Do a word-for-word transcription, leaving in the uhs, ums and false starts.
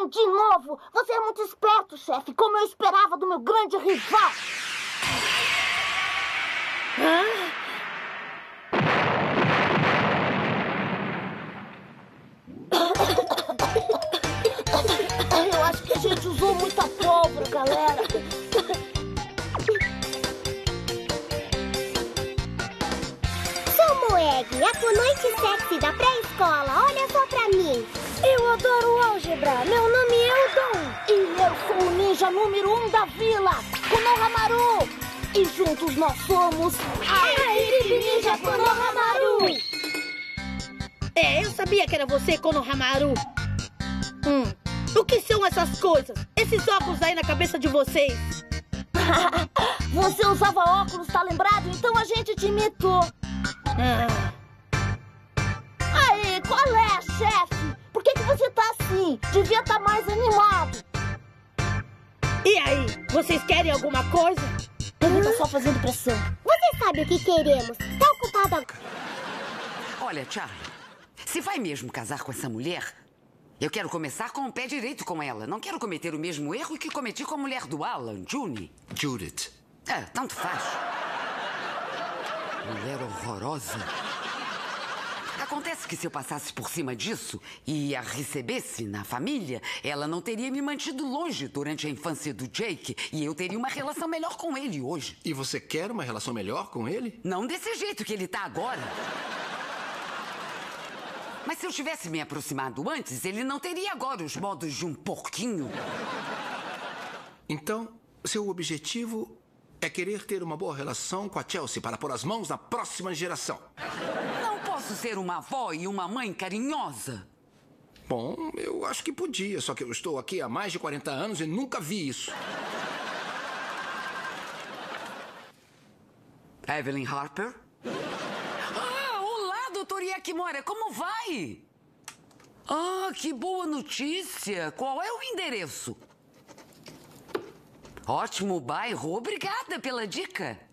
Não, de novo! Você é muito esperto, chefe, como eu esperava do meu grande rival! Hã? Eu acho que a gente usou muita pólvora, galera. Sou Moeg, a noite sexy da pré-escola. Olha só pra mim. Eu adoro álgebra. Meu nome é Eldon. E eu sou o ninja número um da vila, Konohamaru. E juntos nós somos a equipe ninja Konohamaru. É, eu sabia que era você, Konohamaru. Hum, o que são essas coisas? Esses óculos aí na cabeça de vocês? Você usava óculos, tá lembrado? Então a gente te imitou. Ah. Aí, qual é, chefe? Por que, que você tá assim? Devia estar mais animado. E aí, vocês querem alguma coisa? Ele tá só fazendo pressão. Você sabe o que queremos. Tá ocupado agora. Olha, Charlie, se vai mesmo casar com essa mulher, eu quero começar com o pé direito com ela. Não quero cometer o mesmo erro que cometi com a mulher do Alan, June. Judith. É, tanto faz. Mulher horrorosa. Acontece que se eu passasse por cima disso e a recebesse na família, ela não teria me mantido longe durante a infância do Jake e eu teria uma relação melhor com ele hoje. E você quer uma relação melhor com ele? Não desse jeito que ele tá agora. Mas se eu tivesse me aproximado antes, ele não teria agora os modos de um porquinho. Então, seu objetivo é querer ter uma boa relação com a Chelsea para pôr as mãos na próxima geração. Não posso ser uma avó e uma mãe carinhosa. Bom, eu acho que podia, só que eu estou aqui há mais de quarenta anos e nunca vi isso. Evelyn Harper? Ah, olá, doutor Yakimura, como vai? Ah, que boa notícia. Qual é o endereço? Ótimo bairro, obrigada pela dica.